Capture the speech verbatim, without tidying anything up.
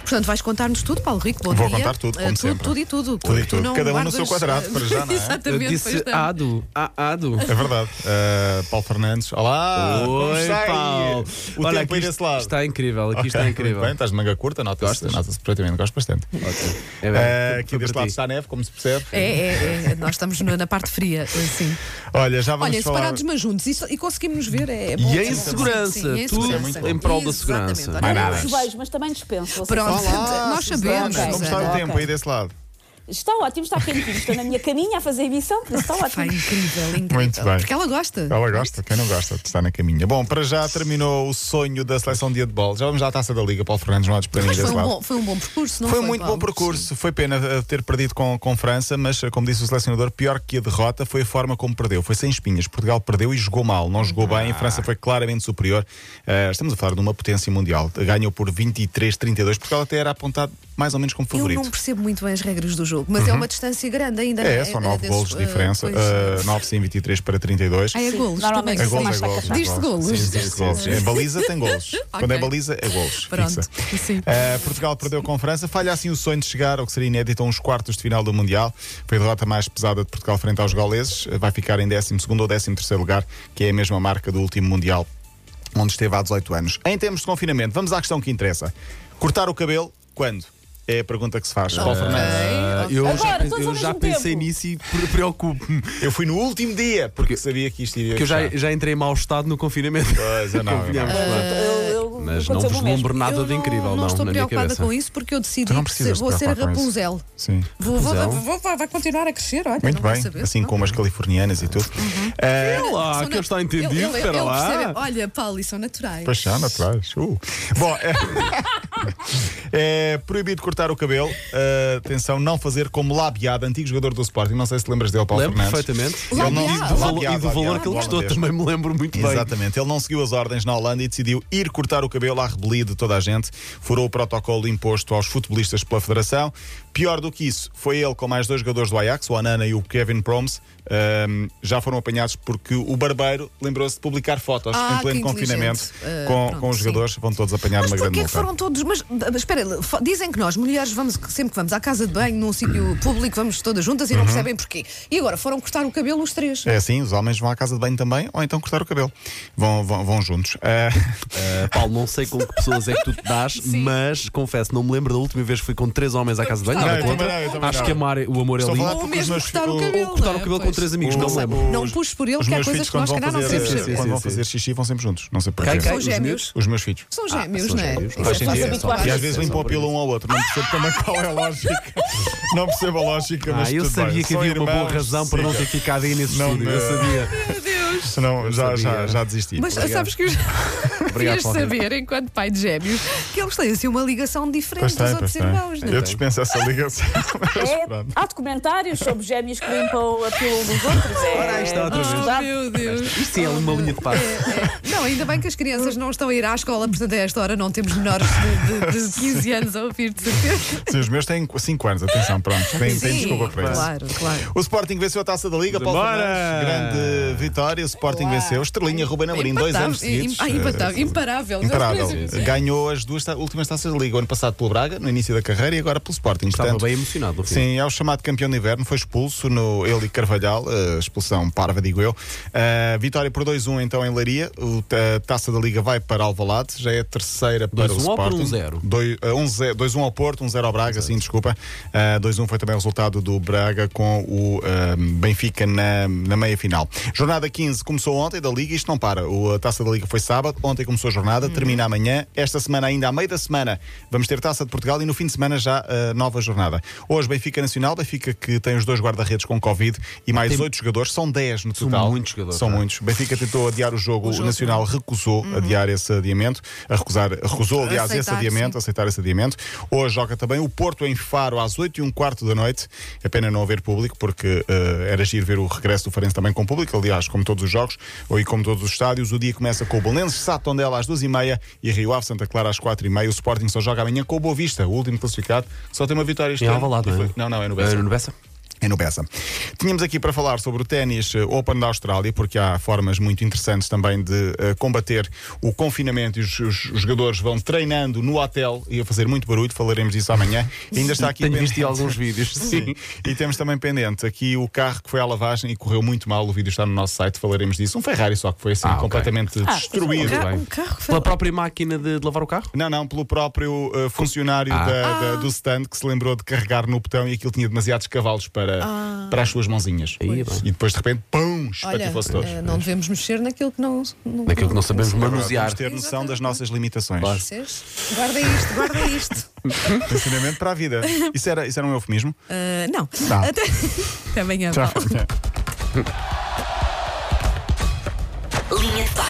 Portanto, vais contar-nos tudo, Paulo Rico. Bom Vou dia. contar tudo, como uh, sempre. Tudo e tudo. Tudo e Tu tudo. não Cada um no guardas, seu quadrado, para já, não é? Exatamente. Eu disse pois não. Ado. A- Ado. É verdade. Uh, Paulo Fernandes. Olá! Como Oi, está aí? Paulo. O Olha, tempo aqui aí desse lado. está incrível. Aqui Ok, está incrível. Muito bem, estás de manga curta, nota-se Gostas? nota perfeitamente, gosto bastante. Ótimo. É Uh, bem, aqui foi deste para lado ti. está a neve, como se percebe. É, é, é. Nós estamos na na parte fria, assim. Olha, já vamos Olha, falar. separados, mas juntos. E, e conseguimos nos ver. É bom, E é em bom. segurança, Sim, sim, em tudo segurança. em prol da Exatamente. segurança. Olha, Mais Eu nada. não os vejo, mas também dispenso. vocês Pronto. sabem. Olá, Nós Susana, sabemos, Como Susana. está o Ok. tempo aí desse lado? Está ótimo, está quentinho. Estou na minha caminha a fazer emissão, por isso está Pá, ótimo. incrível, incrível. Muito bem. Porque ela gosta. Ela gosta, quem não gosta de estar na caminha. Bom, para já terminou o sonho da seleção de handball. Já vamos à taça da Liga, Paulo Fernandes, não há para Mas ninguém foi desse um, lado. bom, foi um bom percurso, não Foi foi? um muito Paulo? bom percurso. Foi pena uh, ter perdido com, com França, mas, uh, como disse o selecionador, pior que a derrota foi a forma como perdeu. Foi sem espinhas. Portugal perdeu e jogou mal. Não jogou bem. A França foi claramente superior. Uh, estamos a falar de uma potência mundial. Ganhou por vinte e três a trinta e dois. Portugal até era apontado mais ou menos como Eu favorito. não percebo muito bem as regras do jogo, mas é uma distância grande ainda. É, não são nove desses, golos de uh, diferença. pois. Uh, nove sim, vinte e três para trinta e dois. Ah, é golos. Normalmente também. É Sim, golos, mais é golos. sacatado. Diz-se golos. Sim, diz-se golos. Em baliza tem golos. Quando é Ok. baliza, é golos. Pronto. Fixa. Sim. Uh, Portugal perdeu com França. Falha assim o sonho de chegar, ao que seria inédito, a uns quartos de final do Mundial. Foi a derrota mais pesada de Portugal frente aos gauleses. Uh, Vai ficar em décimo segundo ou décimo terceiro lugar, que é a mesma marca do último Mundial, onde esteve há dezoito anos. Em termos de confinamento, vamos à questão que interessa. Cortar o cabelo, quando? É a pergunta que se faz. Paulo Fernandes. Ah, eu Agora, já, todos eu ao já mesmo pensei tempo. nisso e pre- preocupo-me. Eu fui no último dia, porque sabia que isto iria Porque eu já, fechar. já entrei em mau estado no confinamento. Pois, eu não, eu não. Convenhamos, Eu- claro. eu- Mas não aconteceu-me vos o mesmo. lembro nada Eu de incrível, não, não, não estou na minha preocupada cabeça. com isso porque eu decidi Tu não que precisas se- vou te ser a preocupar com isso. Rapunzel. Sim. Vou, vou, Rapunzel? vou- vou- vai continuar a crescer, olha. Muito não vou bem, saber, assim não. como as californianas e tudo. É Uh, lá, São que na- ele está entendido, ele- ele- espera ele lá. percebe. Olha, Paulo, e são naturais. Pois já, naturais. Uh. Bom, é... é proibido cortar o cabelo. Uh, atenção, não fazer como Labiado, antigo jogador do Sporting. Não sei se te lembras dele, Paulo Lembro Fernandes. perfeitamente. Ele não- Labiado. E do, valor, Labiado, e do valor Labiado, que ele custou holandês. também me lembro muito bem. Exatamente, ele não seguiu as ordens na Holanda e decidiu ir cortar o cabelo à rebelia de toda a gente. Furou o protocolo imposto aos futebolistas pela Federação. Pior do que isso, foi ele com mais dois jogadores do Ajax, o Onana e o Kevin Promes, um, já foram apanhados porque o barbeiro lembrou-se de publicar fotos Ah, em pleno que confinamento inteligente. Uh, com, pronto, com os sim. jogadores. Vão todos apanhar Mas uma grande porquê que multa. foram todos? Mas ah, espera, fo- dizem que nós, mulheres, vamos sempre que vamos à casa de banho, num sítio público, vamos todas juntas e Uhum. não percebem porquê. E agora foram cortar o cabelo os três. É assim, os homens vão à casa de banho também, ou então cortar o cabelo. Vão, vão, vão juntos. Uh, Uh, Paulo, não sei com que pessoas é que tu te dás, mas confesso, não me lembro da última vez que fui com três homens à casa de banho. Não, Nada eu contra. também não, eu também Acho não. que amar, o amor é Estou a falar lindo. Ou porque os mesmo meus cortar o filhos- cabelo. cortar não o é? cabelo com Pois. três amigos, não me lembro. Não puxes por ele, Os que há meus coisas filhos, que nós quando se vão calhar não fazer, sabemos sim, sim, quando vão sim, fazer xixi, vão sempre juntos. Não sei porquê. Quem, quem? São Os gêmeos. miúdos? Os meus filhos. São gêmeos, são não é? gêmeos. Isso Faz é sentido. habituados. E às vezes Sim, limpam a são pila um ao outro. Não percebo também qual é a lógica. Não percebo a lógica, mas Ah, eu tudo sabia bem. que São havia uma boa irmãos, razão para não siga. ter ficado aí nesse Não estúdio. me- Eu sabia. Meu Deus. Senão já, já, sabia. já desisti. Mas Obrigado. sabes que eu Obrigado, querias Paulo. saber, enquanto pai de gêmeos, que eles têm assim uma ligação Pois diferente dos tem, outros pois tem. irmãos, não é? Eu dispenso essa ligação. Mas É, pronto. há documentários sobre gêmeos que limpam a pila um dos outros. É, Ora, aí está outra vez. verdade. Meu Deus. Isto sim é uma linha de passo. É, é. Não, ainda bem que as crianças não estão a ir à escola, portanto, a esta hora não temos menores de, de, de quinze anos a ouvir, de certeza. Sim, os meus têm cinco anos, atenção, pronto. Tem, tem Sim, desculpa para isso. claro, claro. O Sporting venceu a Taça da Liga, Paulo Bora! Fernandes. Grande vitória. O Sporting Olá. venceu. Estrelinha Ruben Amorim, dois Impatável. anos seguidos. Ah, impatável. Eh, Imparável. Imparável. Sim, sim. Ganhou as duas ta- últimas taças da Liga. O ano passado pelo Braga, no início da carreira, e agora pelo Sporting. Estava Portanto, bem emocionado no fim. sim, é o chamado campeão de inverno. Foi expulso no ele e Carvalhal. A expulsão parva, digo eu. Uh, vitória por dois a um então em Leiria. O, a Taça da Liga vai para Alvalade. Já é a terceira para dois a um o ou por Sporting. um zero? dois a um ao Porto, um zero ao Braga, sim, desculpa. Uh, dois a um foi também o resultado do Braga com o uh, Benfica na, na meia final. Jornada quinze começou ontem da Liga. Isto não para. O, a Taça da Liga foi sábado. Ontem começou a jornada. Termina amanhã. Esta semana, ainda à meio da semana, vamos ter Taça de Portugal e no fim de semana já a nova jornada. Hoje, Benfica Nacional. Benfica que tem os dois guarda-redes com Covid e mais Tem- oito jogadores. São dez no São total. muitos jogadores, São não é? muitos. Benfica tentou adiar o jogo. O O, jogo, Nacional recusou adiar esse adiamento. A recusar, recusou, aliás, esse Aceitar, adiamento, sim. aceitar esse adiamento. Hoje joga também o Porto em Faro às oito e um quarto da noite. É pena não haver público, porque uh, era giro ver o regresso do Farense também com público. Aliás, como todos os jogos, ou e como todos os estádios, o dia começa com o Belenenses, Sá Tondela às duas e meia e Rio Ave Santa Clara às quatro e meia. O Sporting só joga amanhã com o Boa Vista, o último classificado, que só tem uma vitória este Em ano. Alvalade, E não é? foi- Não, não, é no Bessa. Eh, no Bessa? É no Bessa. Tínhamos aqui para falar sobre o ténis Open da Austrália, porque há formas muito interessantes também de uh, combater o confinamento e os, os, os jogadores vão treinando no hotel e a fazer muito barulho. Falaremos disso amanhã. E ainda está aqui Tenho pendente. visto alguns vídeos. Sim. E temos também pendente aqui o carro que foi à lavagem e correu muito mal. O vídeo está no nosso site, falaremos disso. Um Ferrari só que foi assim Ah, okay. completamente Ah, destruído. Um, ca- bem. um carro que foi. Pela própria máquina de, de lavar o carro? Não, não, pelo próprio uh, funcionário Ah. da- da- do stand que se lembrou de carregar no botão e aquilo tinha demasiados cavalos para, para as suas mãozinhas. Aí, bem. E depois de repente, pum, Olha, espatifou-se todos. eh, não devemos mexer naquilo que não. não Naquilo que não sabemos Agora manusear. Vamos ter noção das nossas limitações. Claro. Vocês? Guarda isto, guarda isto. Ensinamento para a vida. Isso era, isso era um eufemismo? Ah, não. Tá. Até, até amanhã. Tchau. Paulo.